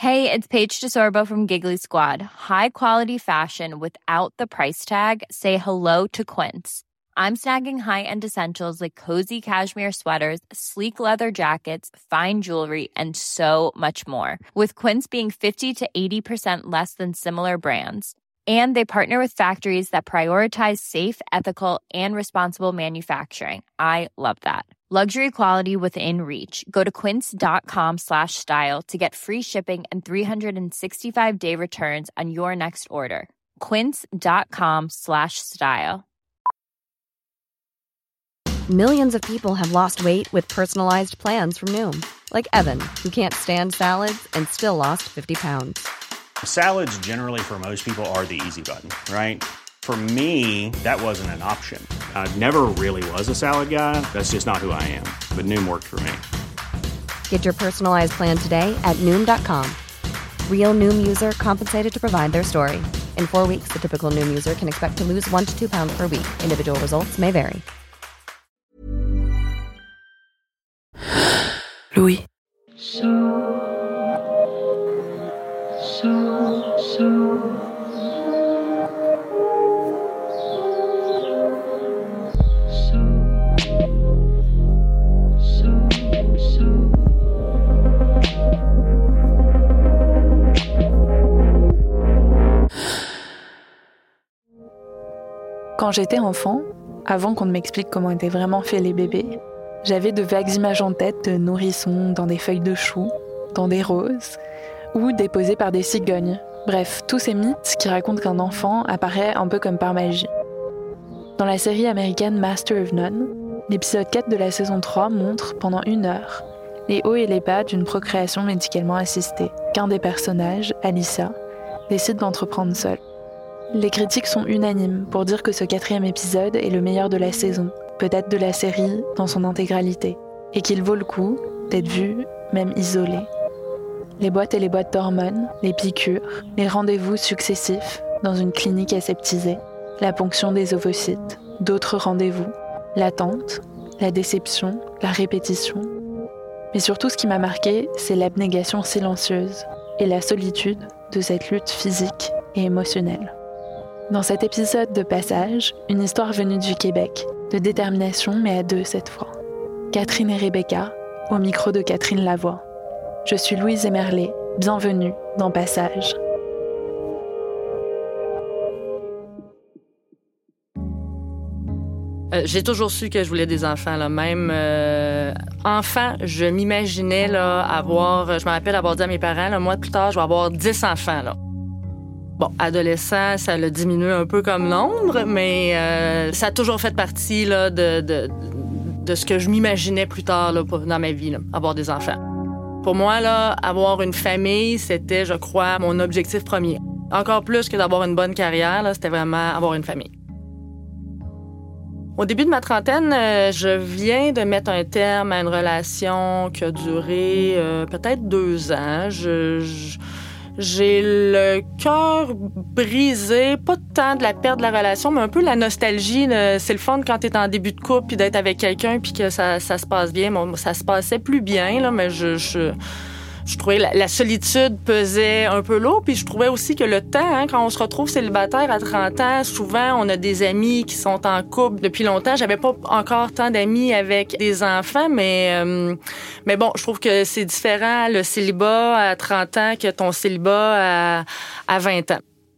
Hey, it's Paige DeSorbo from Giggly Squad. High quality fashion without the price tag. Say hello to Quince. I'm snagging high-end essentials like cozy cashmere sweaters, sleek leather jackets, fine jewelry, and so much more. With Quince being 50 to 80% less than similar brands. And they partner with factories that prioritize safe, ethical, and responsible manufacturing. I love that. Luxury quality within reach. Go to quince.com/style to get free shipping and 365-day returns on your next order. Quince.com/style. Millions of people have lost weight with personalized plans from Noom. Like Evan, who can't stand salads and still lost 50 pounds. Salads generally for most people are the easy button, right? For me, that wasn't an option. I never really was a salad guy. That's just not who I am. But Noom worked for me. Get your personalized plan today at Noom.com. Real Noom user compensated to provide their story. In 4 weeks, the typical Noom user can expect to lose 1 to 2 pounds per week. Individual results may vary. Louis. Quand j'étais enfant, avant qu'on ne m'explique comment étaient vraiment faits les bébés, j'avais de vagues images en tête de nourrissons dans des feuilles de chou, dans des roses, ou déposés par des cigognes. Bref, tous ces mythes qui racontent qu'un enfant apparaît un peu comme par magie. Dans la série américaine Master of None, l'épisode 4 de la saison 3 montre, pendant 1 heure, les hauts et les bas d'une procréation médicalement assistée, qu'un des personnages, Alyssa, décide d'entreprendre seul. Les critiques sont unanimes pour dire que ce 4e épisode est le meilleur de la saison, peut-être de la série dans son intégralité, et qu'il vaut le coup d'être vu, même isolé. Les boîtes et les boîtes d'hormones, les piqûres, les rendez-vous successifs dans une clinique aseptisée, la ponction des ovocytes, d'autres rendez-vous, l'attente, la déception, la répétition. Mais surtout ce qui m'a marqué, c'est l'abnégation silencieuse et la solitude de cette lutte physique et émotionnelle. Dans cet épisode de Passage, une histoire venue du Québec, de détermination mais à 2 cette fois. Catherine et Rebecca, au micro de Catherine Lavoie. Je suis Louise Emerlé, bienvenue dans Passage. J'ai toujours su que je voulais des enfants, là. Même enfant, je m'imaginais là, avoir... Je me rappelle avoir dit à mes parents, là, moi, plus tard, je vais avoir 10 enfants, là. Bon, adolescent, ça l'a diminué un peu comme nombre, mais ça a toujours fait partie là, de ce que je m'imaginais plus tard là, dans ma vie, là, avoir des enfants. Pour moi, là, avoir une famille, c'était, je crois, mon objectif premier. Encore plus que d'avoir une bonne carrière, là, c'était vraiment avoir une famille. Au début de ma trentaine, je viens de mettre un terme à une relation qui a duré peut-être 2 ans. J'ai le cœur brisé, pas tant de la perte de la relation, mais un peu la nostalgie. C'est le fun quand t'es en début de couple puis d'être avec quelqu'un puis que ça se passe bien. Bon, ça se passait plus bien, là, mais je trouvais la solitude pesait un peu lourd. Puis je trouvais aussi que le temps, quand on se retrouve célibataire à 30 ans, souvent on a des amis qui sont en couple depuis longtemps. J'avais pas encore tant d'amis avec des enfants, mais bon, je trouve que c'est différent le célibat à 30 ans que ton célibat à 20 ans.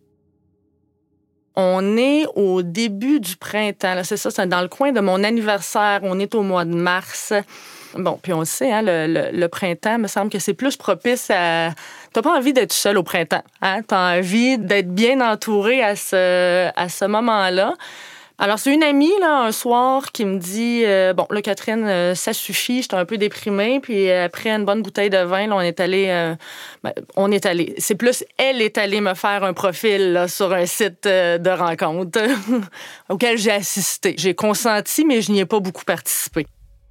On est au début du printemps, là, c'est ça, c'est dans le coin de mon anniversaire. On est au mois de mars. Bon, puis on le sait, hein, le printemps, me semble que c'est plus propice à... T'as pas envie d'être seul au printemps, hein? T'as envie d'être bien entouré à ce moment-là. Alors, c'est une amie, là, un soir, qui me dit bon, là, Catherine, ça suffit, j'étais un peu déprimée. Puis après une bonne bouteille de vin, là, on est allé. C'est plus, elle est allée me faire un profil là, sur un site de rencontre auquel j'ai assisté. J'ai consenti, mais je n'y ai pas beaucoup participé.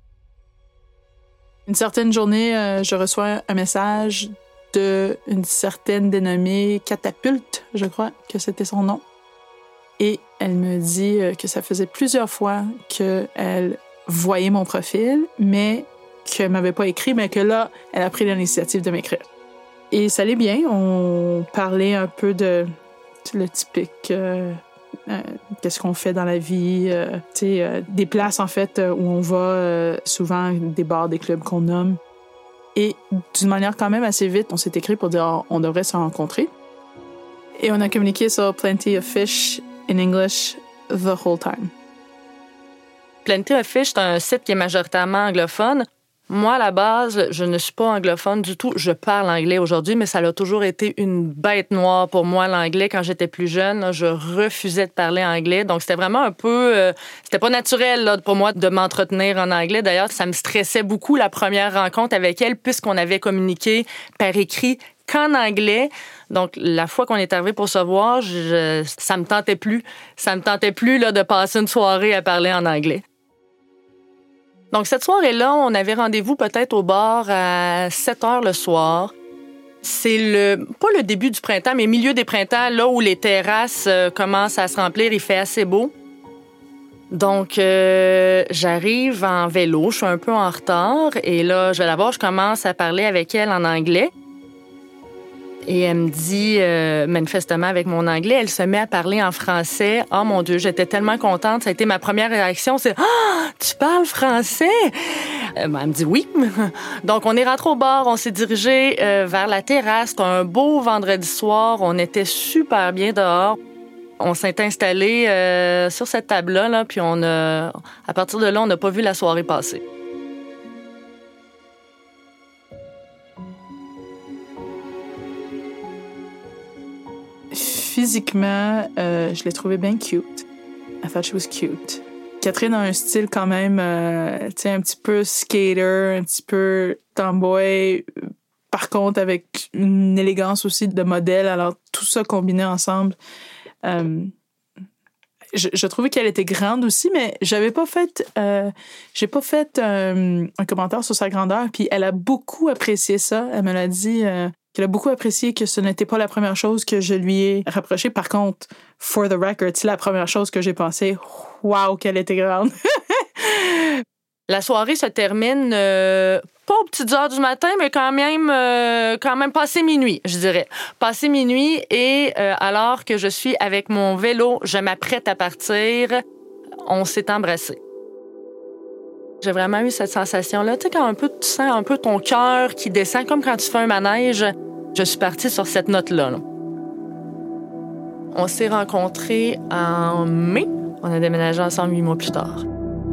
Une certaine journée, je reçois un message d'une certaine dénommée Catapulte, je crois que c'était son nom. Et elle me dit que ça faisait plusieurs fois qu'elle voyait mon profil, mais qu'elle m'avait pas écrit, mais que là, elle a pris l'initiative de m'écrire. Et ça allait bien. On parlait un peu de le typique... qu'est-ce qu'on fait dans la vie, des places en fait où on va, souvent des bars, des clubs qu'on nomme. Et d'une manière quand même assez vite, on s'est écrit pour dire on devrait se rencontrer. Et on a communiqué sur Plenty of Fish in English the whole time. Plenty of Fish, c'est un site qui est majoritairement anglophone. Moi, à la base, je ne suis pas anglophone du tout. Je parle anglais aujourd'hui, mais ça a toujours été une bête noire pour moi, l'anglais. Quand j'étais plus jeune, je refusais de parler anglais. Donc, c'était vraiment un peu... c'était pas naturel là, pour moi de m'entretenir en anglais. D'ailleurs, ça me stressait beaucoup la première rencontre avec elle, puisqu'on avait communiqué par écrit qu'en anglais. Donc, la fois qu'on est arrivé pour se voir, ça me tentait plus. Ça me tentait plus là, de passer une soirée à parler en anglais. Donc, cette soirée-là, on avait rendez-vous peut-être au bar à 7 heures le soir. C'est pas le début du printemps, mais milieu des printemps, là où les terrasses commencent à se remplir, il fait assez beau. Donc, j'arrive en vélo, je suis un peu en retard. Et là, je vais la voir, je commence à parler avec elle en anglais. Et elle me dit, manifestement avec mon anglais, elle se met à parler en français. Oh mon Dieu, j'étais tellement contente. Ça a été ma première réaction, c'est « Ah, tu parles français? » Elle me dit « Oui. » Donc, on est rentré au bar, on s'est dirigé vers la terrasse. C'était un beau vendredi soir. On était super bien dehors. On s'est installé sur cette table-là, là, puis à partir de là, on n'a pas vu la soirée passer. Physiquement, je l'ai trouvée bien cute. I thought she was cute. Catherine a un style quand même, un petit peu skater, un petit peu tomboy. Par contre, avec une élégance aussi de modèle. Alors, tout ça combiné ensemble. Je trouvais qu'elle était grande aussi, mais j'ai pas fait un commentaire sur sa grandeur. Puis elle a beaucoup apprécié ça. Elle me l'a dit... qu'elle a beaucoup apprécié que ce n'était pas la première chose que je lui ai reproché. Par contre, for the record, c'est la première chose que j'ai pensé. Wow, qu'elle était grande! La soirée se termine pas aux petites heures du matin, mais quand même passé minuit, je dirais. Passé minuit et alors que je suis avec mon vélo, je m'apprête à partir, on s'est embrassés. J'ai vraiment eu cette sensation-là. Tu sais, quand tu sens un peu ton cœur qui descend, comme quand tu fais un manège, je suis partie sur cette note-là. Là. On s'est rencontrés en mai. On a déménagé ensemble 8 mois plus tard.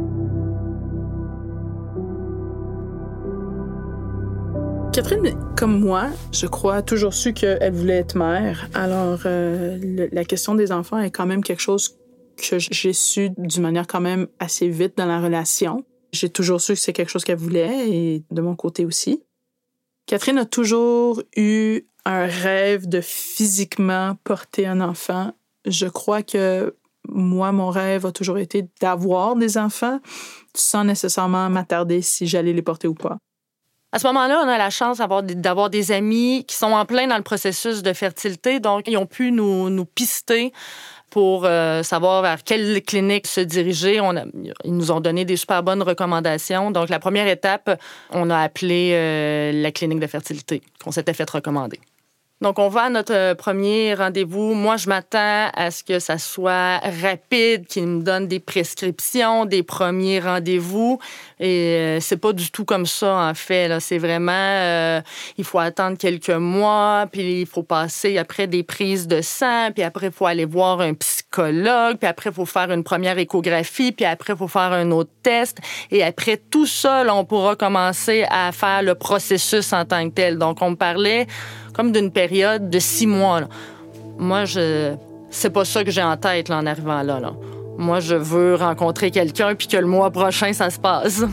Catherine, comme moi, je crois, a toujours su qu'elle voulait être mère. Alors, la question des enfants est quand même quelque chose que j'ai su d'une manière quand même assez vite dans la relation. J'ai toujours su que c'est quelque chose qu'elle voulait et de mon côté aussi. Catherine a toujours eu un rêve de physiquement porter un enfant. Je crois que moi, mon rêve a toujours été d'avoir des enfants sans nécessairement m'attarder si j'allais les porter ou pas. À ce moment-là, on a la chance d'avoir des amis qui sont en plein dans le processus de fertilité, donc ils ont pu nous pister pour savoir vers quelle clinique se diriger. Ils nous ont donné des super bonnes recommandations. Donc, la première étape, on a appelé la clinique de fertilité qu'on s'était fait recommander. Donc, on va à notre premier rendez-vous. Moi, je m'attends à ce que ça soit rapide, qu'ils me donnent des prescriptions, des premiers rendez-vous. Et c'est pas du tout comme ça, en fait. Là. C'est vraiment... il faut attendre quelques mois, puis il faut passer après des prises de sang, puis après, il faut aller voir un psychologue, puis après, il faut faire une première échographie, puis après, il faut faire un autre test. Et après tout ça, là, on pourra commencer à faire le processus en tant que tel. Donc, on me parlait comme d'une période de 6 mois. Là. Moi, c'est pas ça que j'ai en tête là, en arrivant là. Moi, je veux rencontrer quelqu'un puis que le mois prochain, ça se passe.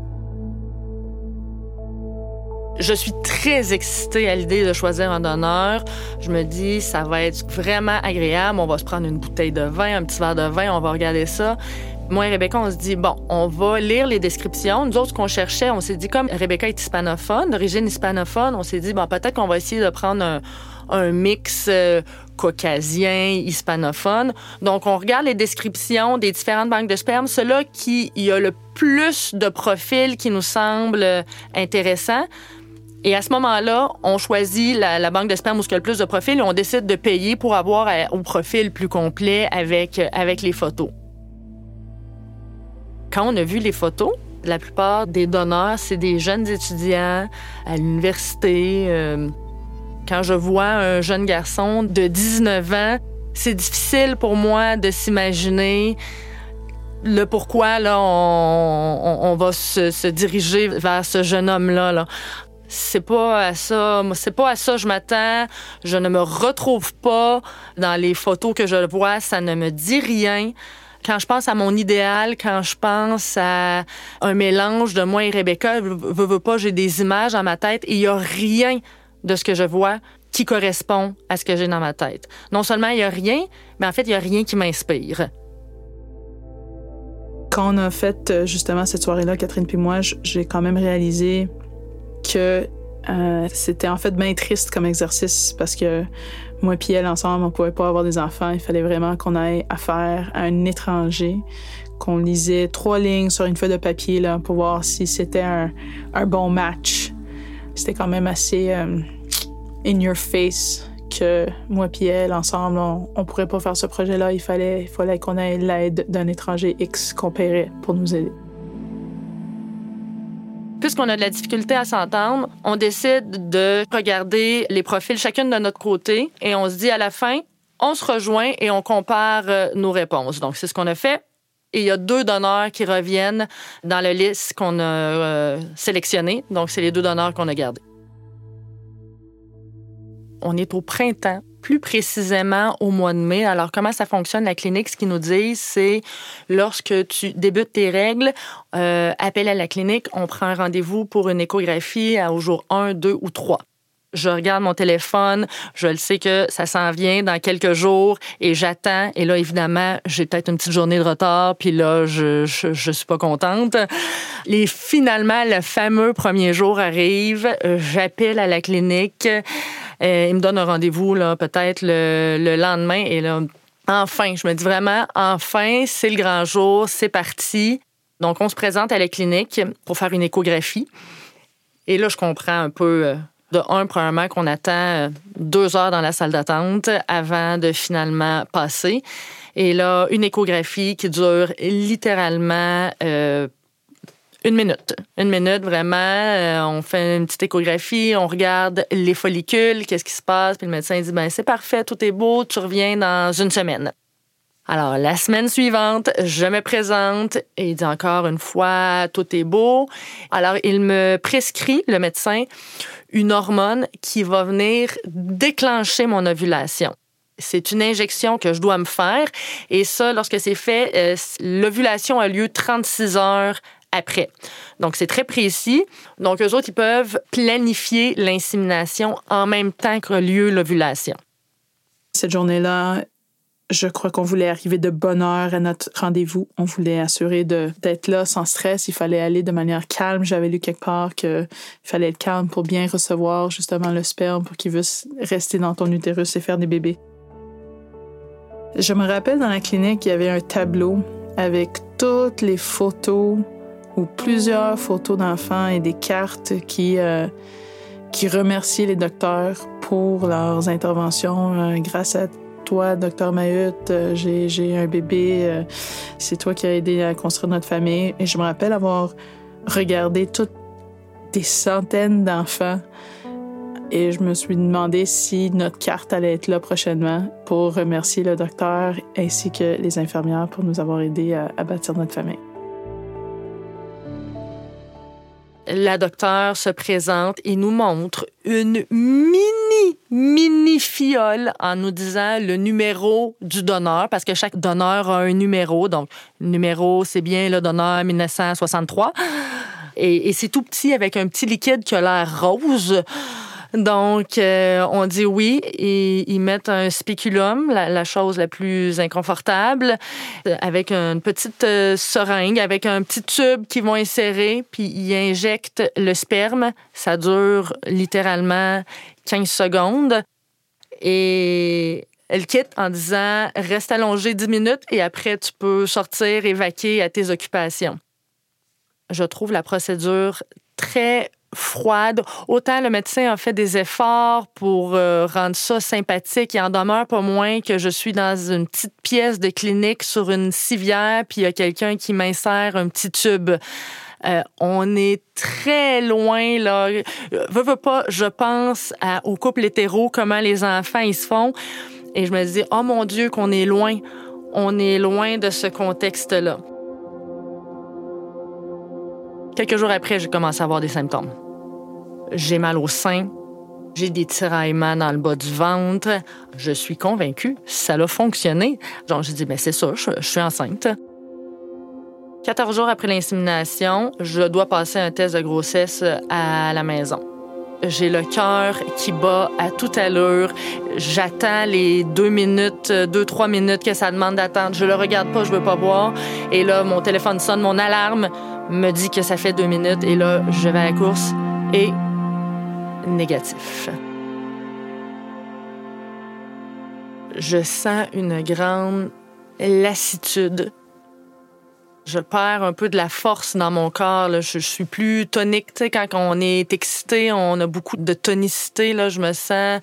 Je suis très excitée à l'idée de choisir un donneur. Je me dis, ça va être vraiment agréable. On va se prendre une bouteille de vin, un petit verre de vin, on va regarder ça. Moi et Rebecca, on se dit, bon, on va lire les descriptions. Nous autres, ce qu'on cherchait, on s'est dit, comme Rebecca est hispanophone, d'origine hispanophone, on s'est dit, bon, peut-être qu'on va essayer de prendre un mix caucasien, hispanophone. Donc, on regarde les descriptions des différentes banques de sperme. Celui-là qui y a le plus de profils qui nous semble intéressant. Et à ce moment-là, on choisit la banque de sperme où il y a le plus de profils et on décide de payer pour avoir au profil plus complet avec les photos. Quand on a vu les photos, la plupart des donneurs, c'est des jeunes étudiants à l'université. Quand je vois un jeune garçon de 19 ans, c'est difficile pour moi de s'imaginer le pourquoi là, on va se diriger vers ce jeune homme-là. Là. C'est pas à ça que je m'attends. Je ne me retrouve pas dans les photos que je vois. Ça ne me dit rien. Quand je pense à mon idéal, quand je pense à un mélange de moi et Rebecca, veux pas, j'ai des images dans ma tête et il y a rien de ce que je vois qui correspond à ce que j'ai dans ma tête. Non seulement il y a rien, mais en fait, il y a rien qui m'inspire. Quand on a fait justement cette soirée-là, Catherine puis moi, j'ai quand même réalisé que c'était en fait bien triste comme exercice parce que moi puis elle, ensemble, on pouvait pas avoir des enfants. Il fallait vraiment qu'on aille affaire à un étranger, qu'on lisait 3 lignes sur une feuille de papier là, pour voir si c'était un bon match. C'était quand même assez in your face que moi puis elle, ensemble, on pourrait pas faire ce projet-là. Il fallait qu'on ait l'aide d'un étranger X qu'on paierait pour nous aider. Puisqu'on a de la difficulté à s'entendre, on décide de regarder les profils chacune de notre côté et on se dit à la fin, on se rejoint et on compare nos réponses. Donc, c'est ce qu'on a fait. Et il y a 2 donneurs qui reviennent dans la liste qu'on a sélectionnée. Donc, c'est les 2 donneurs qu'on a gardés. On est au printemps, plus précisément au mois de mai. Alors, comment ça fonctionne, la clinique? Ce qu'ils nous disent, c'est lorsque tu débutes tes règles, appelle à la clinique, on prend un rendez-vous pour une échographie au jour 1, 2 ou 3. Je regarde mon téléphone, je le sais que ça s'en vient dans quelques jours et j'attends. Et là, évidemment, j'ai peut-être une petite journée de retard, puis là, je suis pas contente. Et finalement, le fameux premier jour arrive, j'appelle à la clinique, ils me donnent un rendez-vous, là, peut-être le lendemain, et là, enfin, je me dis vraiment, enfin, c'est le grand jour, c'est parti. Donc, on se présente à la clinique pour faire une échographie. Et là, je comprends un peu... premièrement, qu'on attend 2 heures dans la salle d'attente avant de finalement passer. Et là, une échographie qui dure littéralement 1 minute. 1 minute, vraiment. On fait une petite échographie, on regarde les follicules, qu'est-ce qui se passe. Puis le médecin dit, c'est parfait, tout est beau, tu reviens dans 1 semaine. Alors, la semaine suivante, je me présente et il dit encore une fois, tout est beau. Alors, il me prescrit, le médecin, une hormone qui va venir déclencher mon ovulation. C'est une injection que je dois me faire et ça, lorsque c'est fait, l'ovulation a lieu 36 heures après. Donc, c'est très précis. Donc, eux autres, ils peuvent planifier l'insémination en même temps que lieu l'ovulation. Cette journée-là, je crois qu'on voulait arriver de bonne heure à notre rendez-vous. On voulait assurer d'être là sans stress. Il fallait aller de manière calme. J'avais lu quelque part qu'il fallait être calme pour bien recevoir justement le sperme pour qu'il puisse rester dans ton utérus et faire des bébés. Je me rappelle dans la clinique, il y avait un tableau avec toutes les photos ou plusieurs photos d'enfants et des cartes qui remerciaient les docteurs pour leurs interventions. Grâce à toi, Dr Mahut, j'ai un bébé. C'est toi qui as aidé à construire notre famille. Et je me rappelle avoir regardé toutes des centaines d'enfants et je me suis demandé si notre carte allait être là prochainement pour remercier le docteur ainsi que les infirmières pour nous avoir aidés à bâtir notre famille. La docteure se présente et nous montre une mini fiole en nous disant le numéro du donneur, parce que chaque donneur a un numéro. Donc, le numéro, c'est bien le donneur 1963. Et c'est tout petit avec un petit liquide qui a l'air rose. Donc, on dit oui et ils mettent un spéculum, la chose la plus inconfortable, avec une petite seringue, avec un petit tube qu'ils vont insérer, puis ils injectent le sperme. Ça dure littéralement 15 secondes. Et elle quitte en disant « Reste allongé 10 minutes et après, tu peux sortir et vaquer à tes occupations. » Je trouve la procédure très froide. Autant le médecin a fait des efforts pour rendre ça sympathique. Il en demeure pas moins que je suis dans une petite pièce de clinique sur une civière, puis il y a quelqu'un qui m'insère un petit tube. On est très loin, là. Veux pas, je pense au couple hétéro, comment les enfants, ils se font. Et je me dis, oh mon Dieu, qu'on est loin. On est loin de ce contexte-là. Quelques jours après, j'ai commencé à avoir des symptômes. J'ai mal au sein, j'ai des tiraillements dans le bas du ventre. Je suis convaincue, ça a fonctionné. Donc, j'ai dit, c'est ça, je suis enceinte. 14 jours après l'insémination, je dois passer un test de grossesse à la maison. J'ai le cœur qui bat à toute allure. J'attends les 2-3 minutes que ça demande d'attendre. Je le regarde pas, je veux pas boire. Et là, mon téléphone sonne, mon alarme me dit que ça fait 2 minutes. Et là, je vais à la course et négatif. Je sens une grande lassitude. Je perds un peu de la force dans mon corps. Là. Je suis plus tonique. Tu sais, quand on est excité, on a beaucoup de tonicité. Là. Je me sens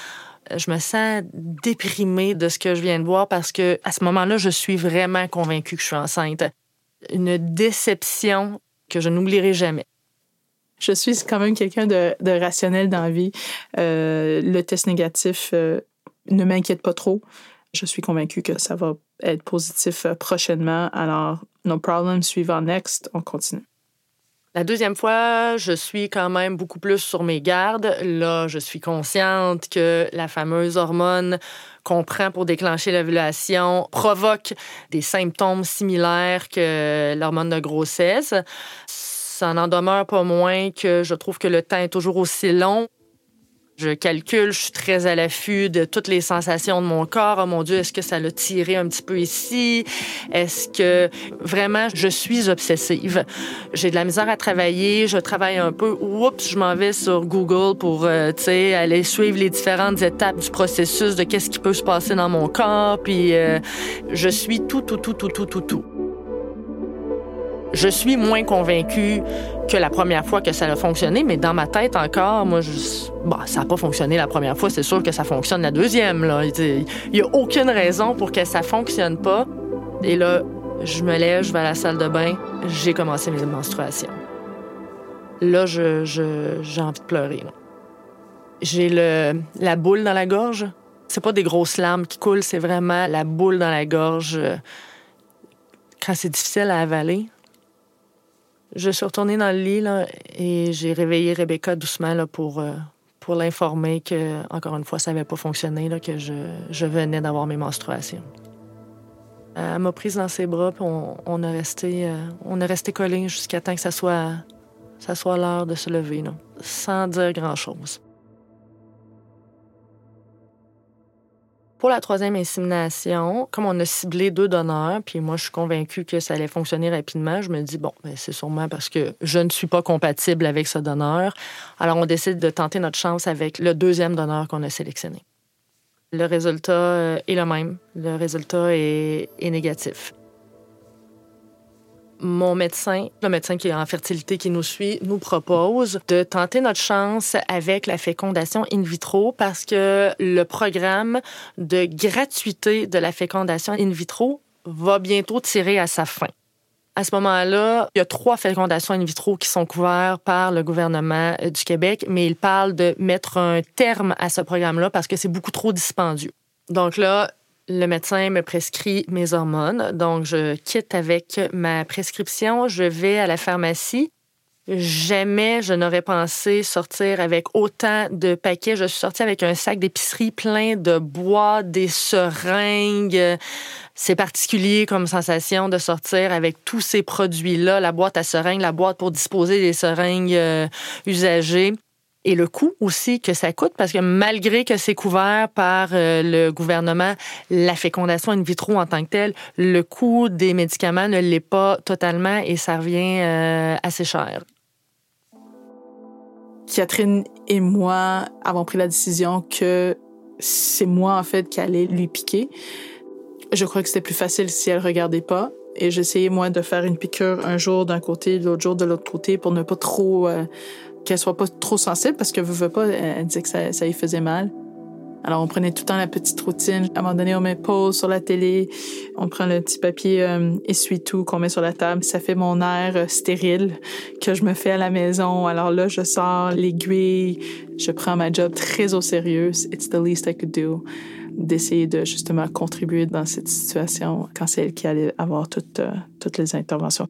déprimée de ce que je viens de voir parce que à ce moment-là, je suis vraiment convaincue que je suis enceinte. Une déception que je n'oublierai jamais. Je suis quand même quelqu'un de rationnel dans la vie. Le test négatif ne m'inquiète pas trop. Je suis convaincue que ça va être positif prochainement. Alors, no problem, suivant next, on continue. La deuxième fois, je suis quand même beaucoup plus sur mes gardes. Là, je suis consciente que la fameuse hormone qu'on prend pour déclencher l'ovulation provoque des symptômes similaires que l'hormone de grossesse. Ça n'en demeure pas moins que je trouve que le temps est toujours aussi long. Je calcule, je suis très à l'affût de toutes les sensations de mon corps. Oh mon Dieu, est-ce que ça l'a tiré un petit peu ici? Est-ce que vraiment, je suis obsessive? J'ai de la misère à travailler, je travaille un peu. Oups, je m'en vais sur Google pour, aller suivre les différentes étapes du processus de qu'est-ce qui peut se passer dans mon corps. Puis, je suis tout. Je suis moins convaincue que la première fois que ça a fonctionné, mais dans ma tête encore, moi, ça n'a pas fonctionné la première fois, c'est sûr que ça fonctionne la deuxième. Là. Il n'y a aucune raison pour que ça ne fonctionne pas. Et là, je me lève, je vais à la salle de bain, j'ai commencé mes menstruations. Là, j'ai envie de pleurer. Là. J'ai la boule dans la gorge. C'est pas des grosses larmes qui coulent, c'est vraiment la boule dans la gorge quand c'est difficile à avaler. Je suis retournée dans le lit là, et j'ai réveillé Rebecca doucement là, pour l'informer que, encore une fois, ça n'avait pas fonctionné, là, que je venais d'avoir mes menstruations. Elle m'a prise dans ses bras, puis on est resté collés jusqu'à temps que ça soit l'heure de se lever, là, sans dire grand-chose. Pour la troisième insémination, comme on a ciblé 2 donneurs, puis moi, je suis convaincue que ça allait fonctionner rapidement, je me dis, c'est sûrement parce que je ne suis pas compatible avec ce donneur. Alors, on décide de tenter notre chance avec le 2e donneur qu'on a sélectionné. Le résultat est le même. Le résultat est négatif. Mon médecin, le médecin qui est en fertilité qui nous suit, nous propose de tenter notre chance avec la fécondation in vitro parce que le programme de gratuité de la fécondation in vitro va bientôt tirer à sa fin. À ce moment-là, il y a 3 fécondations in vitro qui sont couvertes par le gouvernement du Québec, mais il parle de mettre un terme à ce programme-là parce que c'est beaucoup trop dispendieux. Donc là, le médecin me prescrit mes hormones, donc je quitte avec ma prescription, je vais à la pharmacie. Jamais je n'aurais pensé sortir avec autant de paquets. Je suis sortie avec un sac d'épicerie plein de boîtes, des seringues. C'est particulier comme sensation de sortir avec tous ces produits-là, la boîte à seringues, la boîte pour disposer des seringues usagées. Et le coût aussi que ça coûte, parce que malgré que c'est couvert par le gouvernement, la fécondation in vitro en tant que telle, le coût des médicaments ne l'est pas totalement et ça revient assez cher. Catherine et moi avons pris la décision que c'est moi, en fait, qui allais lui piquer. Je crois que c'était plus facile si elle regardait pas. Et j'essayais, moi, de faire une piqûre un jour d'un côté, l'autre jour de l'autre côté pour ne pas trop qu'elle soit pas trop sensible parce que veut pas, elle disait que ça lui faisait mal. Alors, on prenait tout le temps la petite routine. À un moment donné, on met pause sur la télé. On prend le petit papier essuie-tout qu'on met sur la table. Ça fait mon air stérile que je me fais à la maison. Alors là, je sors l'aiguille. Je prends ma job très au sérieux. It's the least I could do. D'essayer de, justement, contribuer dans cette situation quand c'est elle qui allait avoir toutes les interventions.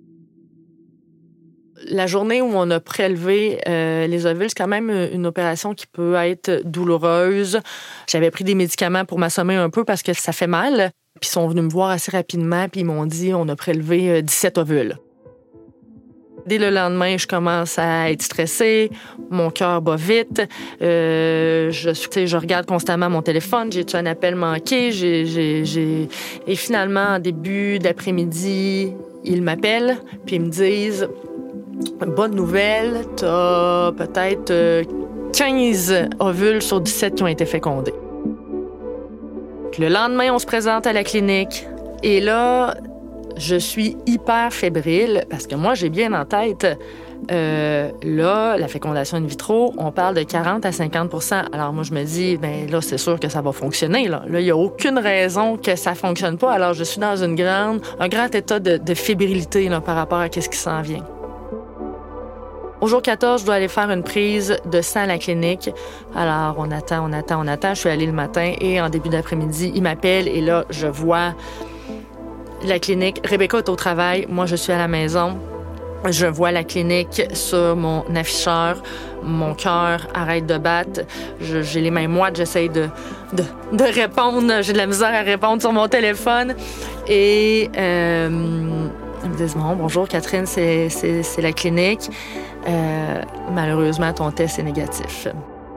La journée où on a prélevé les ovules, c'est quand même une opération qui peut être douloureuse. J'avais pris des médicaments pour m'assommer un peu parce que ça fait mal. Puis ils sont venus me voir assez rapidement, puis ils m'ont dit on a prélevé 17 ovules. Dès le lendemain, je commence à être stressée, mon cœur bat vite, je regarde constamment mon téléphone, j'ai-tu un appel manqué, Et finalement, en début d'après-midi, ils m'appellent, puis ils me disent « Bonne nouvelle, t'as peut-être 15 ovules sur 17 qui ont été fécondés. » Le lendemain, on se présente à la clinique, et là, je suis hyper fébrile parce que moi, j'ai bien en tête, là, la fécondation in vitro, on parle de 40 à 50 %. Alors moi, je me dis, ben là, c'est sûr que ça va fonctionner. Là, il n'y a aucune raison que ça ne fonctionne pas. Alors, je suis dans un grand état de fébrilité là, par rapport à ce qui s'en vient. Au jour 14, je dois aller faire une prise de sang à la clinique. Alors, on attend. Je suis allée le matin et en début d'après-midi, il m'appelle et là, je vois la clinique. Rebecca est au travail. Moi, je suis à la maison. Je vois la clinique sur mon afficheur. Mon cœur arrête de battre. J'ai les mains moites. J'essaie de répondre. J'ai de la misère à répondre sur mon téléphone. Et ils me disent, bonjour Catherine, c'est la clinique. Malheureusement, ton test est négatif.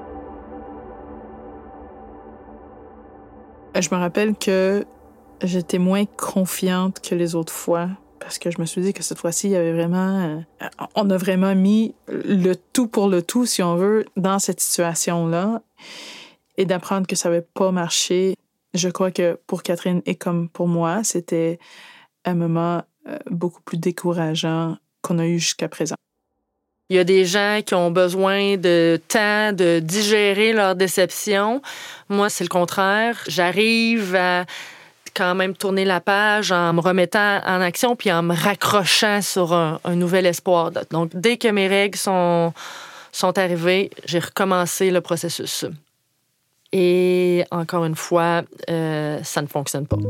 Je me rappelle que j'étais moins confiante que les autres fois parce que je me suis dit que cette fois-ci, il y avait vraiment... on a vraiment mis le tout pour le tout, si on veut, dans cette situation-là. Et d'apprendre que ça n'avait pas marché, je crois que pour Catherine et comme pour moi, c'était un moment beaucoup plus décourageant qu'on a eu jusqu'à présent. Il y a des gens qui ont besoin de temps de digérer leur déception. Moi, c'est le contraire. J'arrive à quand même tourner la page en me remettant en action puis en me raccrochant sur un nouvel espoir. Donc, dès que mes règles sont arrivées, j'ai recommencé le processus. Et encore une fois, ça ne fonctionne pas.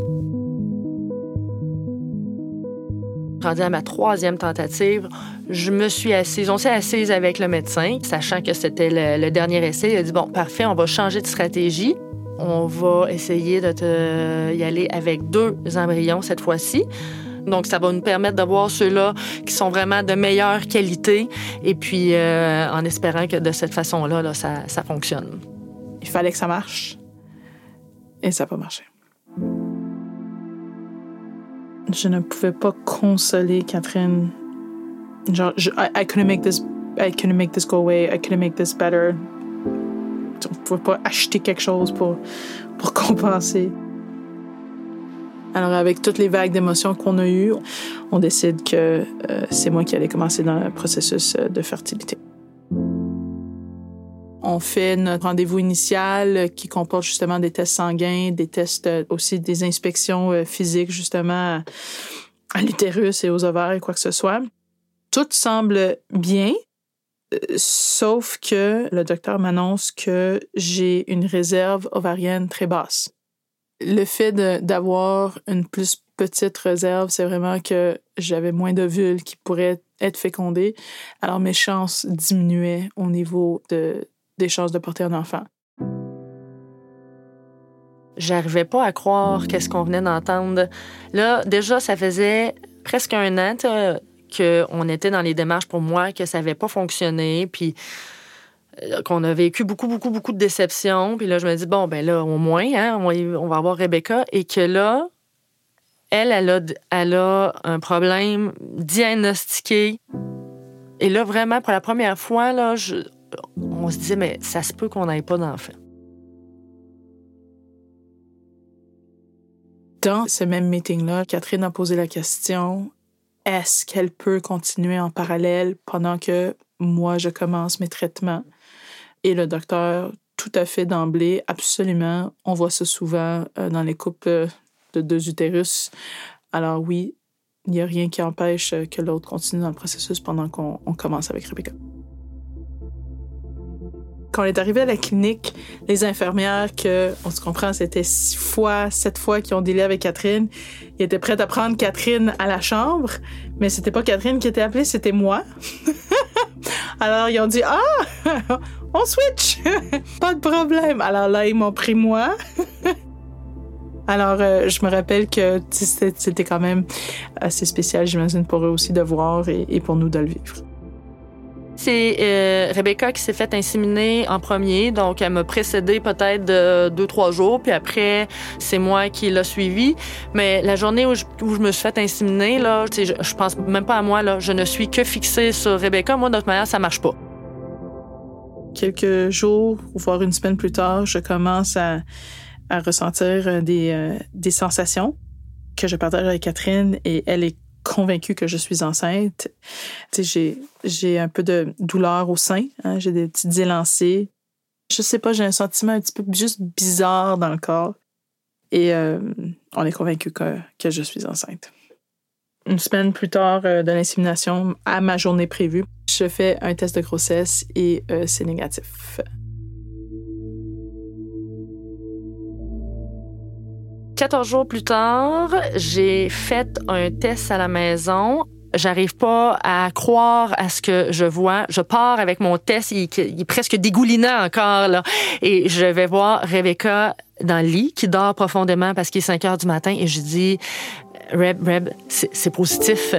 Rendu à ma 3e tentative, on s'est assise avec le médecin, sachant que c'était le dernier essai. Il a dit, bon, parfait, on va changer de stratégie. On va essayer de y aller avec 2 embryons cette fois-ci. Donc, ça va nous permettre d'avoir ceux-là qui sont vraiment de meilleure qualité et puis en espérant que de cette façon-là, là, ça fonctionne. Il fallait que ça marche et ça n'a pas marché. Je ne pouvais pas consoler Catherine. Genre, I couldn't make this go away. I couldn't make this better. On ne pouvait pas acheter quelque chose pour compenser. Alors, avec toutes les vagues d'émotions qu'on a eues, on décide que c'est moi qui allais commencer dans le processus de fertilité. On fait notre rendez-vous initial qui comporte justement des tests sanguins, des tests aussi des inspections physiques justement à l'utérus et aux ovaires et quoi que ce soit. Tout semble bien, sauf que le docteur m'annonce que j'ai une réserve ovarienne très basse. Le fait d'avoir une plus petite réserve, c'est vraiment que j'avais moins d'ovules qui pourraient être fécondés. Alors mes chances diminuaient au niveau des chances de porter un enfant. J'arrivais pas à croire qu'est-ce qu'on venait d'entendre. Là, déjà, ça faisait presque 1 an qu'on était dans les démarches pour moi, que ça n'avait pas fonctionné, puis qu'on a vécu beaucoup de déceptions. Puis là, je me dis, bon, ben là, au moins, hein, on va avoir Rebecca. Et que là, elle a un problème diagnostiqué. Et là, vraiment, pour la première fois, là, on se disait, mais ça se peut qu'on n'ait pas d'enfant. Dans ce même meeting-là, Catherine a posé la question, est-ce qu'elle peut continuer en parallèle pendant que moi, je commence mes traitements. Et le docteur, tout à fait d'emblée, absolument, on voit ça souvent dans les couples de 2 utérus. Alors oui, il n'y a rien qui empêche que l'autre continue dans le processus pendant qu'on commence avec Rebecca. Quand on est arrivé à la clinique, les infirmières, on se comprend, c'était 7 fois qu'ils ont dealé avec Catherine, ils étaient prêtes à prendre Catherine à la chambre, mais c'était pas Catherine qui était appelée, c'était moi. Alors, ils ont dit « Ah! On switch! Pas de problème! » Alors là, ils m'ont pris moi. Alors, je me rappelle que c'était quand même assez spécial, j'imagine, pour eux aussi de voir et pour nous de le vivre. C'est Rebecca qui s'est fait inséminer en premier, donc elle m'a précédé peut-être de 2-3 jours, puis après, c'est moi qui l'a suivi. Mais la journée où je me suis fait inséminer, là, je pense même pas à moi, là, je ne suis que fixée sur Rebecca. Moi, de toute manière, ça marche pas. Quelques jours, voire une semaine plus tard, je commence à ressentir des sensations que je partage avec Catherine et elle est convaincue que je suis enceinte. Tu sais, j'ai un peu de douleur au sein, hein, j'ai des petites élancées. Je sais pas, j'ai un sentiment un petit peu juste bizarre dans le corps. Et on est convaincu que je suis enceinte. Une semaine plus tard de l'insémination, à ma journée prévue, je fais un test de grossesse et c'est négatif. 14 jours plus tard, j'ai fait un test à la maison. J'arrive pas à croire à ce que je vois. Je pars avec mon test, il est presque dégoulinant encore, là. Et je vais voir Rebecca dans le lit, qui dort profondément parce qu'il est 5 heures du matin. Et je dis, Reb, c'est positif.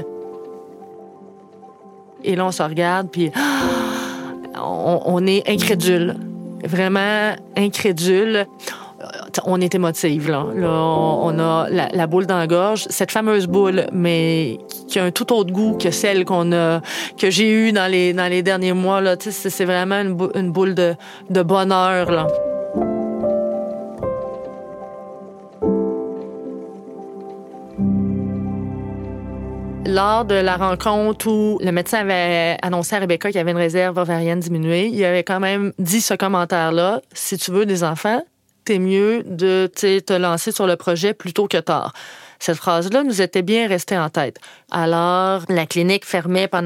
Et là, on se regarde, puis on est incrédule. Vraiment incrédule. On est émotive, là. On a la boule dans la gorge, cette fameuse boule, mais qui a un tout autre goût que celle que j'ai eue dans les derniers mois, là. Tu sais, c'est vraiment une boule de bonheur, là. Lors de la rencontre où le médecin avait annoncé à Rebecca qu'il y avait une réserve ovarienne diminuée, il avait quand même dit ce commentaire-là: si tu veux des enfants, t'es mieux de te lancer sur le projet plutôt que tard. Cette phrase-là nous était bien restée en tête. Alors, la clinique fermait pendant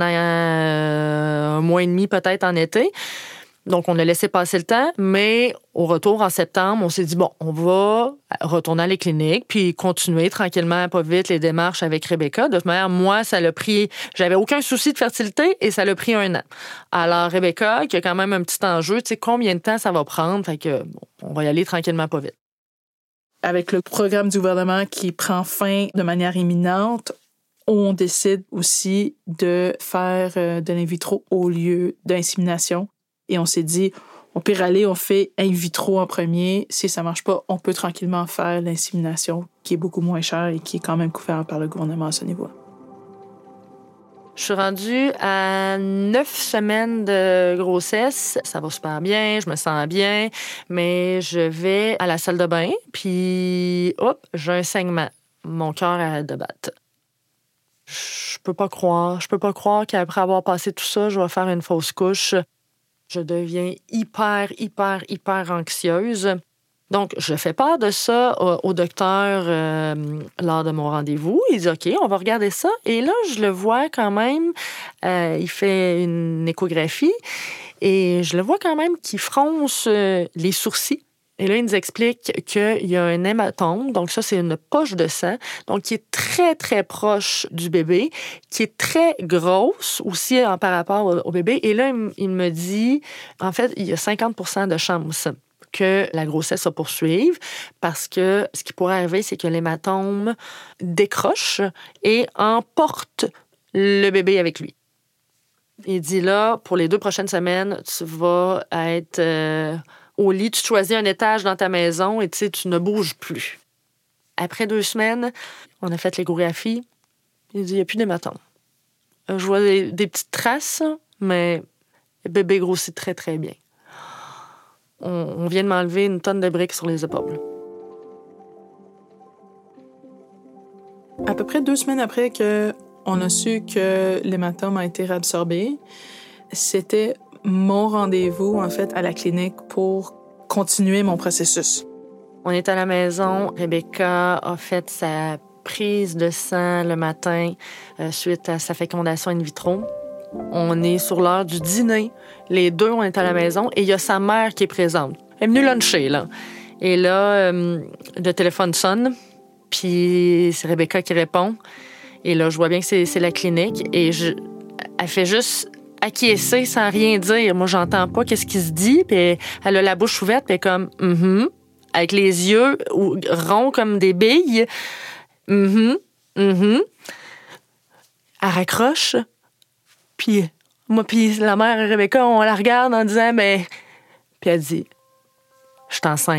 1 mois et demi, peut-être en été. Donc, on a laissé passer le temps, mais au retour en septembre, on s'est dit, bon, on va retourner à la clinique puis continuer tranquillement, pas vite, les démarches avec Rebecca. De toute manière, moi, ça l'a pris... J'avais aucun souci de fertilité et ça l'a pris 1 an. Alors, Rebecca, qui a quand même un petit enjeu, tu sais, combien de temps ça va prendre? Fait que, bon, on va y aller tranquillement, pas vite. Avec le programme du gouvernement qui prend fin de manière imminente, on décide aussi de faire de l'in vitro au lieu d'insémination. Et on s'est dit, au pire aller, on fait in vitro en premier. Si ça marche pas, on peut tranquillement faire l'insémination, qui est beaucoup moins chère et qui est quand même couvert par le gouvernement à ce niveau-là. Je suis rendue à 9 semaines de grossesse. Ça va super bien, je me sens bien, mais je vais à la salle de bain, puis hop, j'ai un saignement. Mon cœur arrête de battre. Je peux pas croire qu'après avoir passé tout ça, je vais faire une fausse couche. Je deviens hyper anxieuse. Donc, je fais part de ça au docteur lors de mon rendez-vous. Il dit, OK, on va regarder ça. Et là, je le vois quand même. Il fait une échographie et je le vois quand même qu'il fronce les sourcils. Et là, il nous explique qu'il y a un hématome. Donc, ça, c'est une poche de sang. Donc, qui est très, très proche du bébé, qui est très grosse aussi par rapport au bébé. Et là, il me dit, en fait, il y a 50% de chance que la grossesse se poursuive parce que ce qui pourrait arriver, c'est que l'hématome décroche et emporte le bébé avec lui. Il dit là, pour les 2 prochaines semaines, tu vas être au lit, tu choisis un étage dans ta maison et tu ne bouges plus. Après 2 semaines, on a fait l'échographie. Il dit, il n'y a plus d'hématome. Je vois des petites traces, mais le bébé grossit très, très bien. On vient de m'enlever une tonne de briques sur les épaules. À peu près 2 semaines après qu'on a su que l'hématome a été réabsorbé, c'était mon rendez-vous, en fait, à la clinique pour continuer mon processus. On est à la maison. Rebecca a fait sa prise de sang le matin suite à sa fécondation in vitro. On est sur l'heure du dîner. Les deux, on est à la maison et il y a sa mère qui est présente. Elle est venue luncher, là. Et là, le téléphone sonne, puis c'est Rebecca qui répond. Et là, je vois bien que c'est la clinique et elle fait juste acquiescer sans rien dire. Moi, j'entends pas qu'est-ce qui se dit, puis elle a la bouche ouverte, puis comme « avec les yeux ronds comme des billes. Elle raccroche, puis moi puis la mère et Rebecca, on la regarde en disant « puis elle dit « Je suis enceinte. »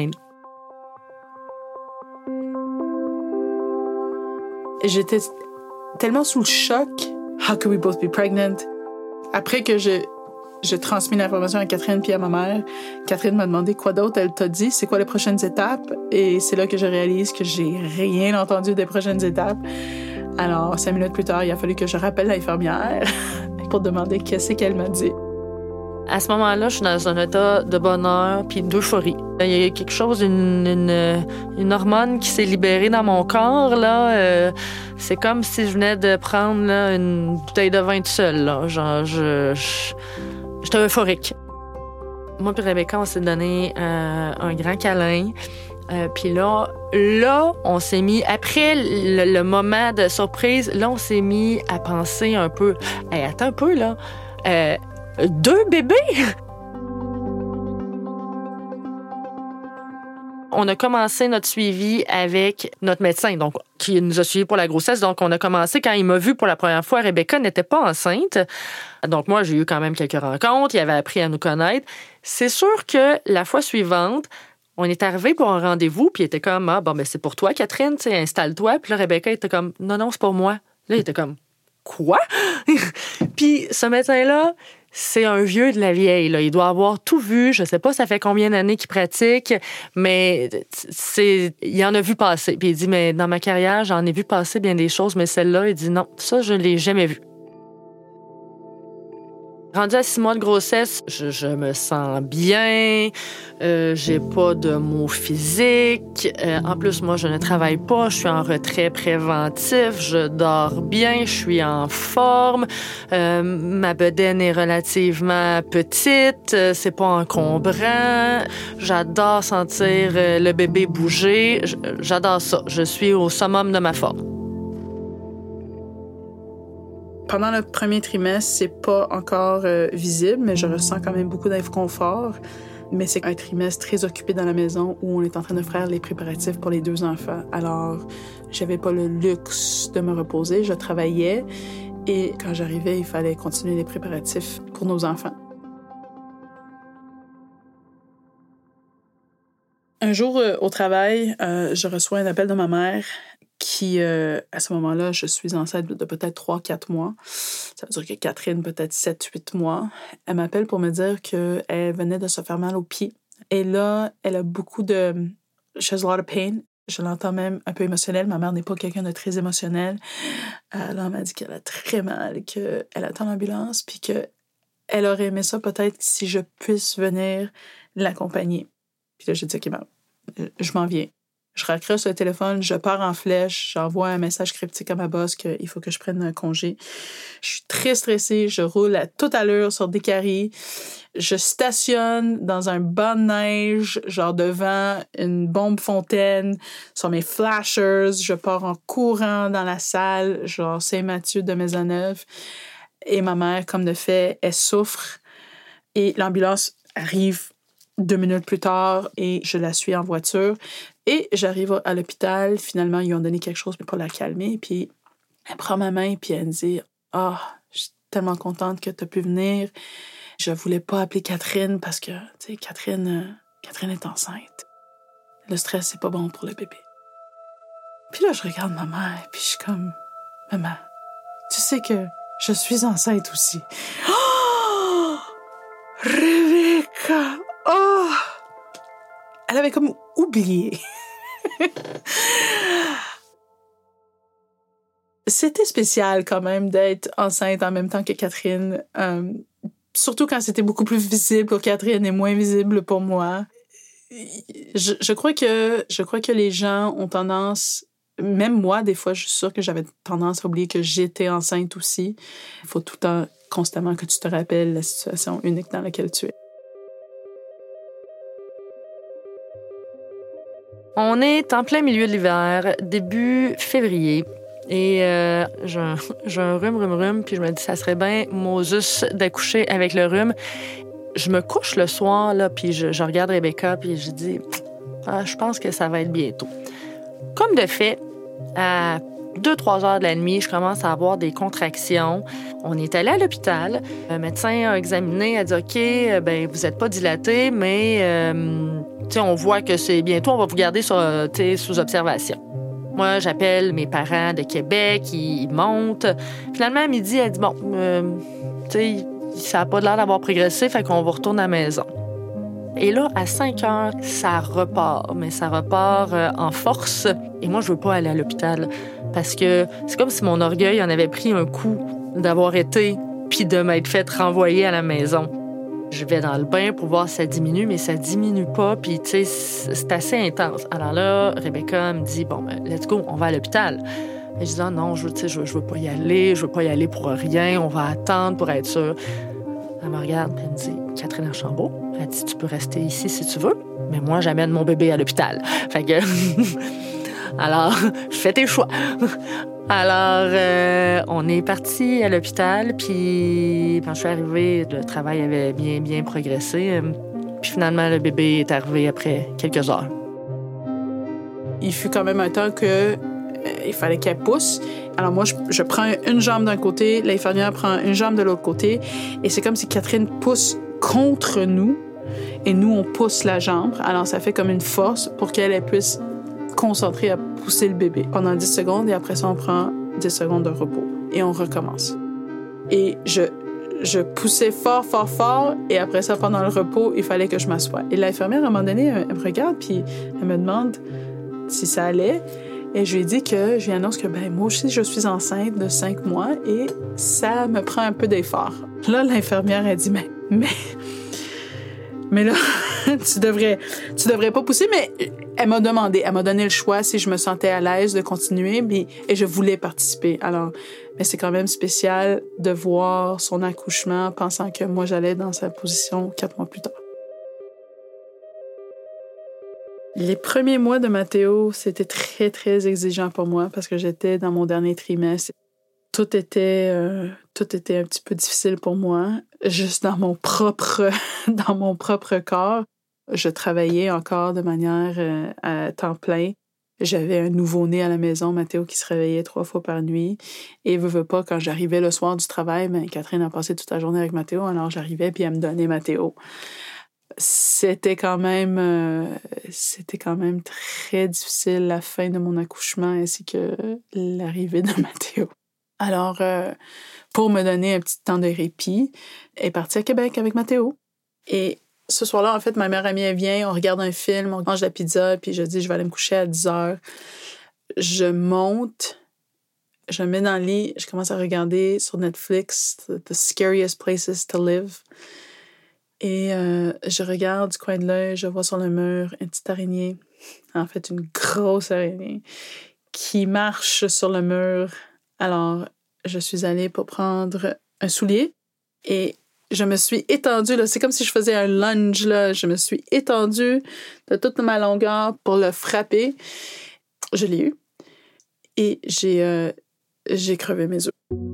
J'étais tellement sous le choc. How could we both be pregnant? Après que je transmis l'information à Catherine puis à ma mère, Catherine m'a demandé quoi d'autre. Elle t'a dit, c'est quoi les prochaines étapes? Et c'est là que je réalise que j'ai rien entendu des prochaines étapes. Alors, 5 minutes plus tard, il a fallu que je rappelle l'infirmière pour demander qu'est-ce qu'elle m'a dit. À ce moment-là, je suis dans un état de bonheur puis d'euphorie. Il y a quelque chose, une hormone qui s'est libérée dans mon corps, là. C'est comme si je venais de prendre là, une bouteille de vin tout seul, là. Genre, j'étais euphorique. Moi et Rebecca, on s'est donné un grand câlin. Puis là, on s'est mis, après le moment de surprise, là, on s'est mis à penser un peu. Hey, attends un peu, là. 2 bébés? On a commencé notre suivi avec notre médecin, donc qui nous a suivis pour la grossesse. Donc, on a commencé quand il m'a vu pour la première fois. Rebecca n'était pas enceinte. Donc, moi, j'ai eu quand même quelques rencontres. Il avait appris à nous connaître. C'est sûr que la fois suivante, on est arrivé pour un rendez-vous, puis il était comme, c'est pour toi, Catherine, tu sais, installe-toi. Puis là, Rebecca était comme, non, c'est pour moi. Là, il était comme, quoi? Puis ce médecin-là, c'est un vieux de la vieille, là. Il doit avoir tout vu. Je sais pas ça fait combien d'années qu'il pratique, mais il en a vu passer. Puis il dit, mais dans ma carrière, j'en ai vu passer bien des choses, mais celle-là, il dit non, ça, je l'ai jamais vu. Rendu à 6 mois de grossesse, je me sens bien, j'ai pas de maux physiques. En plus, moi, je ne travaille pas, je suis en retrait préventif, je dors bien, je suis en forme. Ma bedaine est relativement petite, c'est pas encombrant. J'adore sentir le bébé bouger, j'adore ça. Je suis au summum de ma forme. Pendant le premier trimestre, c'est pas encore visible, mais je ressens quand même beaucoup d'inconfort. Mais c'est un trimestre très occupé dans la maison où on est en train de faire les préparatifs pour les 2 enfants. Alors, j'avais pas le luxe de me reposer, je travaillais et quand j'arrivais, il fallait continuer les préparatifs pour nos enfants. Un jour, au travail, je reçois un appel de ma mère qui, à ce moment-là, je suis enceinte de peut-être 3-4 mois. Ça veut dire que Catherine, peut-être 7-8 mois. Elle m'appelle pour me dire qu'elle venait de se faire mal au pied. Et là, elle a beaucoup de... She has a lot of pain. Je l'entends même un peu émotionnelle. Ma mère n'est pas quelqu'un de très émotionnel. Là, elle m'a dit qu'elle a très mal, qu'elle attend l'ambulance, puis qu'elle aurait aimé ça peut-être si je puisse venir l'accompagner. Puis là, j'ai dit, OK, je m'en viens. Je raccroche le téléphone, je pars en flèche, j'envoie un message cryptique à ma boss qu'il faut que je prenne un congé. Je suis très stressée, je roule à toute allure sur des carrés. Je stationne dans un banc de neige, genre devant une bombe fontaine, sur mes flashers. Je pars en courant dans la salle, genre Saint-Mathieu de Maisonneuve. Et ma mère, comme de fait, elle souffre. Et l'ambulance arrive 2 minutes plus tard et je la suis en voiture. Et j'arrive à l'hôpital. Finalement, ils lui ont donné quelque chose pour la calmer. Puis elle prend ma main puis elle me dit « Ah, je suis tellement contente que tu as pu venir. Je voulais pas appeler Catherine parce que, tu sais, Catherine est enceinte. Le stress, c'est pas bon pour le bébé. » Puis là, je regarde ma mère puis je suis comme « Maman, tu sais que je suis enceinte aussi. » Oh! Rebecca! Oh! Elle avait comme oublié. C'était spécial quand même d'être enceinte en même temps que Catherine. surtout quand c'était beaucoup plus visible pour Catherine et moins visible pour moi. Je crois que les gens ont tendance, même moi, des fois, je suis sûre que j'avais tendance à oublier que j'étais enceinte aussi. Il faut tout le temps, constamment, que tu te rappelles la situation unique dans laquelle tu es. On est en plein milieu de l'hiver, début février. Et j'ai un rhume, puis je me dis, ça serait bien, Moses, d'accoucher avec le rhume. Je me couche le soir, là, puis je regarde Rebecca, puis je dis, je pense que ça va être bientôt. Comme de fait, à 2-3 heures de la nuit, je commence à avoir des contractions. On est allé à l'hôpital. Le médecin a examiné, a dit, OK, vous n'êtes pas dilaté, mais on voit que c'est bientôt, on va vous garder sous observation. Moi, j'appelle mes parents de Québec, ils montent. Finalement, à midi, elle dit, ça n'a pas l'air d'avoir progressé, fait qu'on va retourner à la maison. Et là, à 5 heures, ça repart, mais ça repart en force. Et moi, je veux pas aller à l'hôpital parce que c'est comme si mon orgueil en avait pris un coup d'avoir été puis de m'être fait renvoyer à la maison. Je vais dans le bain pour voir si ça diminue, mais ça diminue pas, puis tu sais, c'est assez intense. Alors là, Rebecca me dit, let's go, on va à l'hôpital. Et je dis, non, je veux pas y aller pour rien, on va attendre pour être sûr. Elle me regarde, puis elle me dit, Catherine Archambault, elle dit, tu peux rester ici si tu veux, mais moi, j'amène mon bébé à l'hôpital. Fait que, alors, je fais tes choix. Alors, on est parti à l'hôpital, puis quand je suis arrivée, le travail avait bien progressé. Puis finalement, le bébé est arrivé après quelques heures. Il fut quand même un temps que il fallait qu'elle pousse. Alors moi, je prends une jambe d'un côté, l'infirmière prend une jambe de l'autre côté, et c'est comme si Catherine pousse contre nous, et nous, on pousse la jambe. Alors ça fait comme une force pour qu'elle puisse concentrer à pousser le bébé pendant 10 secondes, et après ça, on prend 10 secondes de repos, et on recommence. Et je poussais fort, et après ça, pendant le repos, il fallait que je m'assoie. Et l'infirmière, à un moment donné, elle me regarde, puis elle me demande si ça allait. Et je lui ai dit que je lui annonce que moi aussi, je suis enceinte de 5 mois et ça me prend un peu d'effort. Là, l'infirmière a dit, mais là, tu devrais pas pousser, mais elle m'a donné le choix si je me sentais à l'aise de continuer, et je voulais participer. Alors, mais c'est quand même spécial de voir son accouchement pensant que moi, j'allais dans sa position 4 mois plus tard. Les premiers mois de Mathéo, c'était très, très exigeant pour moi parce que j'étais dans mon dernier trimestre. Tout était un petit peu difficile pour moi, juste dans mon propre corps. Je travaillais encore de manière à temps plein. J'avais un nouveau-né à la maison, Mathéo, qui se réveillait 3 fois par nuit. Et veut pas, quand j'arrivais le soir du travail, Catherine a passé toute la journée avec Mathéo, alors j'arrivais puis elle me donnait Mathéo. C'était quand même très difficile la fin de mon accouchement ainsi que l'arrivée de Mathéo. Alors, pour me donner un petit temps de répit, elle est partie à Québec avec Mathéo. Et ce soir-là, en fait, ma meilleure amie, elle vient, on regarde un film, on mange de la pizza, puis je dis, je vais aller me coucher à 10 heures. Je monte, je me mets dans le lit, je commence à regarder sur Netflix The Scariest Places to Live. Et je regarde du coin de l'œil, je vois sur le mur une petite araignée, en fait une grosse araignée, qui marche sur le mur. Alors, je suis allée pour prendre un soulier et je me suis étendue, là, c'est comme si je faisais un lunge, là. Je me suis étendue de toute ma longueur pour le frapper. Je l'ai eu et j'ai crevé mes os.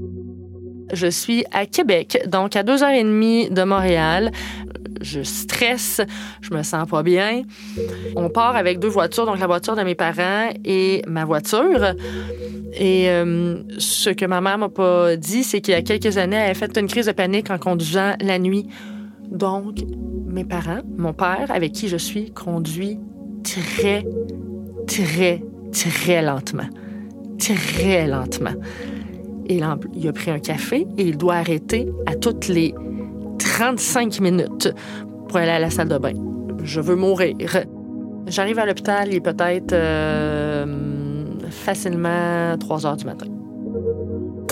Je suis à Québec, donc à 2h30 de Montréal. Je stresse, je me sens pas bien. On part avec 2 voitures, donc la voiture de mes parents et ma voiture. Et ce que ma mère m'a pas dit, c'est qu'il y a quelques années, elle a fait une crise de panique en conduisant la nuit. Donc, mes parents, mon père, avec qui je suis, conduit très, très, très lentement. Très lentement. Et là, il a pris un café et il doit arrêter à toutes les 35 minutes pour aller à la salle de bain. Je veux mourir. J'arrive à l'hôpital, il est peut-être facilement 3 heures du matin.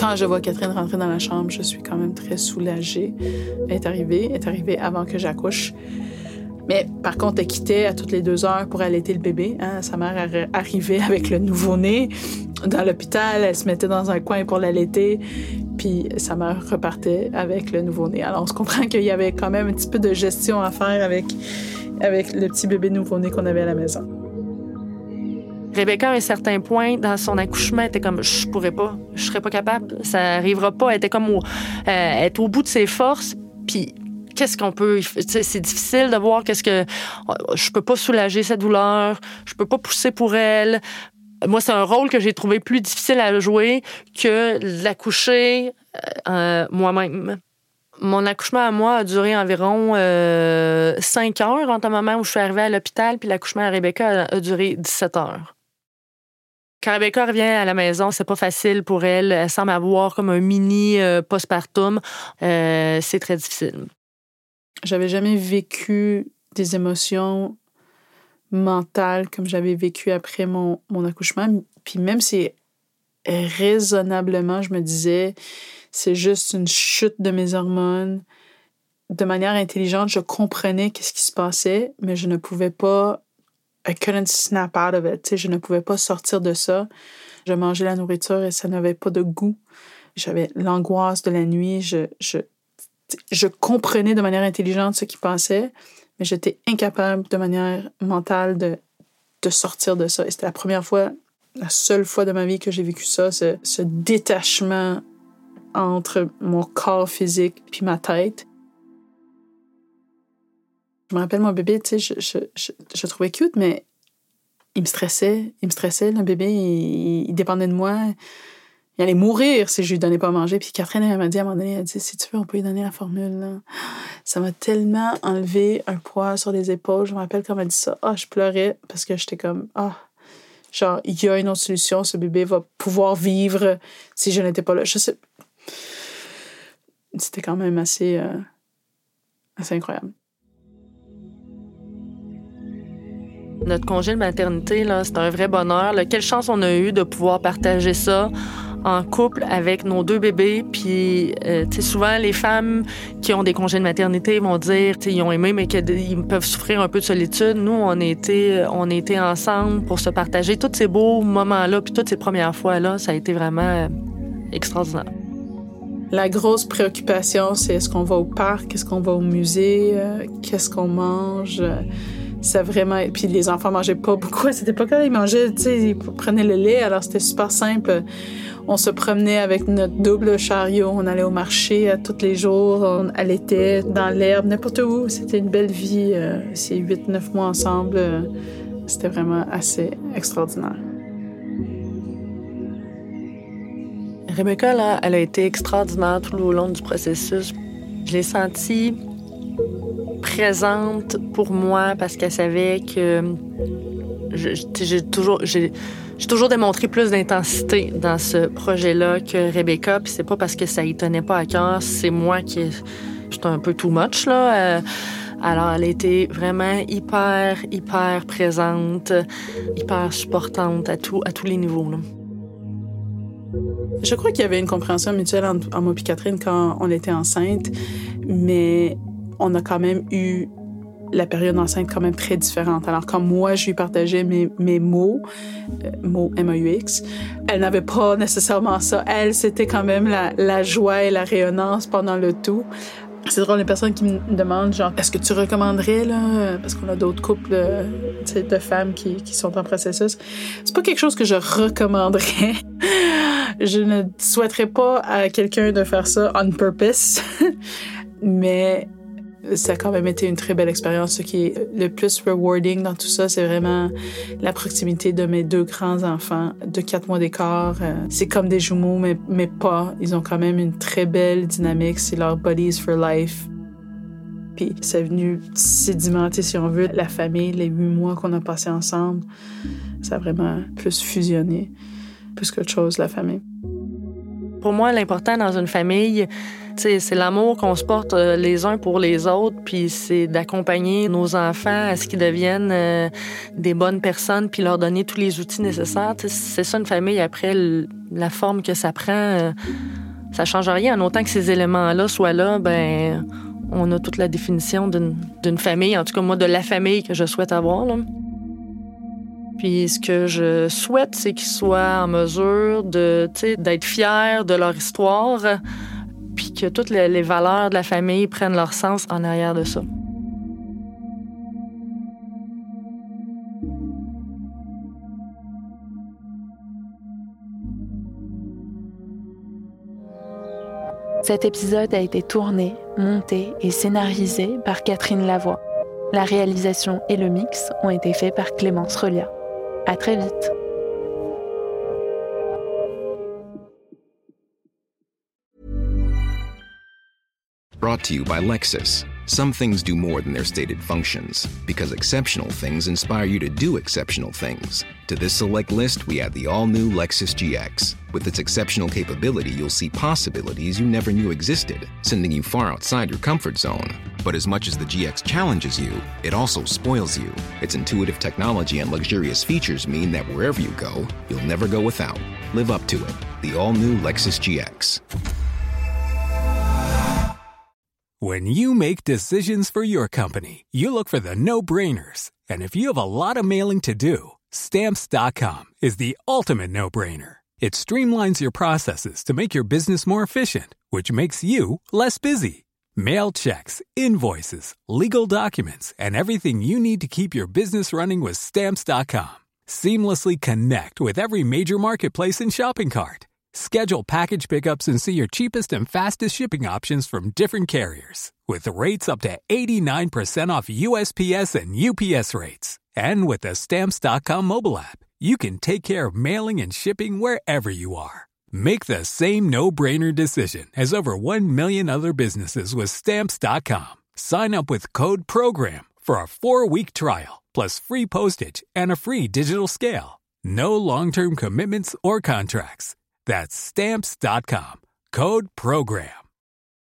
Quand je vois Catherine rentrer dans la chambre, je suis quand même très soulagée. Elle est arrivée avant que j'accouche. Mais par contre, elle quittait à toutes les 2 heures pour allaiter le bébé. Hein. Sa mère arrivait avec le nouveau-né dans l'hôpital. Elle se mettait dans un coin pour l'allaiter. Puis sa mère repartait avec le nouveau-né. Alors, on se comprend qu'il y avait quand même un petit peu de gestion à faire avec le petit bébé nouveau-né qu'on avait à la maison. Rebecca, à un certain point, dans son accouchement, elle était comme, je pourrais pas, je serais pas capable, ça arrivera pas. Elle était comme, elle est au bout de ses forces, puis qu'est-ce qu'on peut, c'est difficile de voir je peux pas soulager sa douleur, je peux pas pousser pour elle. Moi, c'est un rôle que j'ai trouvé plus difficile à jouer que l'accoucher moi-même. Mon accouchement à moi a duré environ 5 heures entre le moment où je suis arrivée à l'hôpital, puis l'accouchement à Rebecca a duré 17 heures. Quand Rebecca revient à la maison, c'est pas facile pour elle. Elle semble avoir comme un mini postpartum. C'est très difficile. J'avais jamais vécu des émotions mentales comme j'avais vécu après mon accouchement. Puis même si raisonnablement, je me disais, c'est juste une chute de mes hormones. De manière intelligente, je comprenais qu'est-ce qui se passait, mais je ne pouvais pas... I couldn't snap out of it. Je ne pouvais pas sortir de ça. Je mangeais la nourriture et ça n'avait pas de goût. J'avais l'angoisse de la nuit. Je comprenais de manière intelligente ce qui passait, mais j'étais incapable de manière mentale de sortir de ça. Et c'était la seule fois de ma vie que j'ai vécu ça, ce détachement entre mon corps physique puis ma tête. Je me rappelle, mon bébé, tu sais, je trouvais cute, mais il me stressait. Le bébé, il dépendait de moi. Il allait mourir si je lui donnais pas à manger. Puis Catherine, elle m'a dit à un moment donné, elle dit, si tu veux, on peut lui donner la formule. Là. Ça m'a tellement enlevé un poids sur les épaules. Je me rappelle quand elle m'a dit ça. Je pleurais parce que j'étais comme, genre, il y a une autre solution. Ce bébé va pouvoir vivre si je n'étais pas là. Je sais. C'était quand même assez incroyable. Notre congé de maternité, là, c'est un vrai bonheur. Là. Quelle chance on a eu de pouvoir partager ça en couple avec nos 2 bébés. Puis, souvent, les femmes qui ont des congés de maternité vont dire ils ont aimé, mais qu'ils peuvent souffrir un peu de solitude. Nous, on était ensemble pour se partager tous ces beaux moments-là, puis toutes ces premières fois-là. Ça a été vraiment extraordinaire. La grosse préoccupation, c'est est-ce qu'on va au parc, est-ce qu'on va au musée, qu'est-ce qu'on mange. Ça vraiment... Puis les enfants mangeaient pas beaucoup à cette époque-là. Ils mangeaient, ils prenaient le lait, alors c'était super simple. On se promenait avec notre double chariot, on allait au marché tous les jours, on allaitait dans l'herbe, n'importe où. C'était une belle vie, ces 8-9 mois ensemble. C'était vraiment assez extraordinaire. Rebecca, là, elle a été extraordinaire tout au long du processus. Je l'ai sentie présente pour moi parce qu'elle savait que j'ai toujours démontré plus d'intensité dans ce projet-là que Rebecca, puis c'est pas parce que ça y tenait pas à cœur, c'est moi qui j'étais un peu too much, là. Alors, elle a été vraiment hyper présente, hyper supportante à tous les niveaux, là. Je crois qu'il y avait une compréhension mutuelle entre moi et Catherine quand on était enceinte, mais on a quand même eu la période enceinte quand même très différente. Alors, quand moi, je lui partageais mes mots M-A-U-X, elle n'avait pas nécessairement ça. Elle, c'était quand même la joie et la rayonnance pendant le tout. C'est drôle, les personnes qui me demandent, genre, est-ce que tu recommanderais, là, parce qu'on a d'autres couples de femmes qui sont en processus. C'est pas quelque chose que je recommanderais. Je ne souhaiterais pas à quelqu'un de faire ça on purpose, mais ça a quand même été une très belle expérience. Ce qui est le plus rewarding dans tout ça, c'est vraiment la proximité de mes 2 grands-enfants de 4 mois d'écart. C'est comme des jumeaux, mais pas. Ils ont quand même une très belle dynamique. C'est leur buddies for life. Puis c'est venu sédimenter, si on veut, la famille, les 8 mois qu'on a passés ensemble. Ça a vraiment plus fusionné, plus qu'autre chose, la famille. Pour moi, l'important dans une famille, T'sais, c'est l'amour qu'on se porte les uns pour les autres, puis c'est d'accompagner nos enfants à ce qu'ils deviennent des bonnes personnes, puis leur donner tous les outils nécessaires. T'sais, c'est ça une famille. Après, la forme que ça prend, ça change rien. En autant que ces éléments-là soient là, ben on a toute la définition d'une famille, en tout cas moi, de la famille que je souhaite avoir, là. Puis ce que je souhaite, c'est qu'ils soient en mesure d'être fiers de leur histoire, puis que toutes les valeurs de la famille prennent leur sens en arrière de ça. Cet épisode a été tourné, monté et scénarisé par Catherine Lavoie. La réalisation et le mix ont été faits par Clémence Relia. À très vite. Brought to you by Lexus. Some things do more than their stated functions, because exceptional things inspire you to do exceptional things. To this select list, we add the all-new Lexus GX. With its exceptional capability, you'll see possibilities you never knew existed, sending you far outside your comfort zone. But as much as the GX challenges you, it also spoils you. Its intuitive technology and luxurious features mean that wherever you go, you'll never go without. Live up to it. The all-new Lexus GX. When you make decisions for your company, you look for the no-brainers. And if you have a lot of mailing to do, Stamps.com is the ultimate no-brainer. It streamlines your processes to make your business more efficient, which makes you less busy. Mail checks, invoices, legal documents, and everything you need to keep your business running with Stamps.com. Seamlessly connect with every major marketplace and shopping cart. Schedule package pickups and see your cheapest and fastest shipping options from different carriers, with rates up to 89% off USPS and UPS rates. And with the Stamps.com mobile app, you can take care of mailing and shipping wherever you are. Make the same no-brainer decision as over 1 million other businesses with Stamps.com. Sign up with code PROGRAM for a 4-week trial, plus free postage and a free digital scale. No long-term commitments or contracts. That's Stamps.com. Code PROGRAM.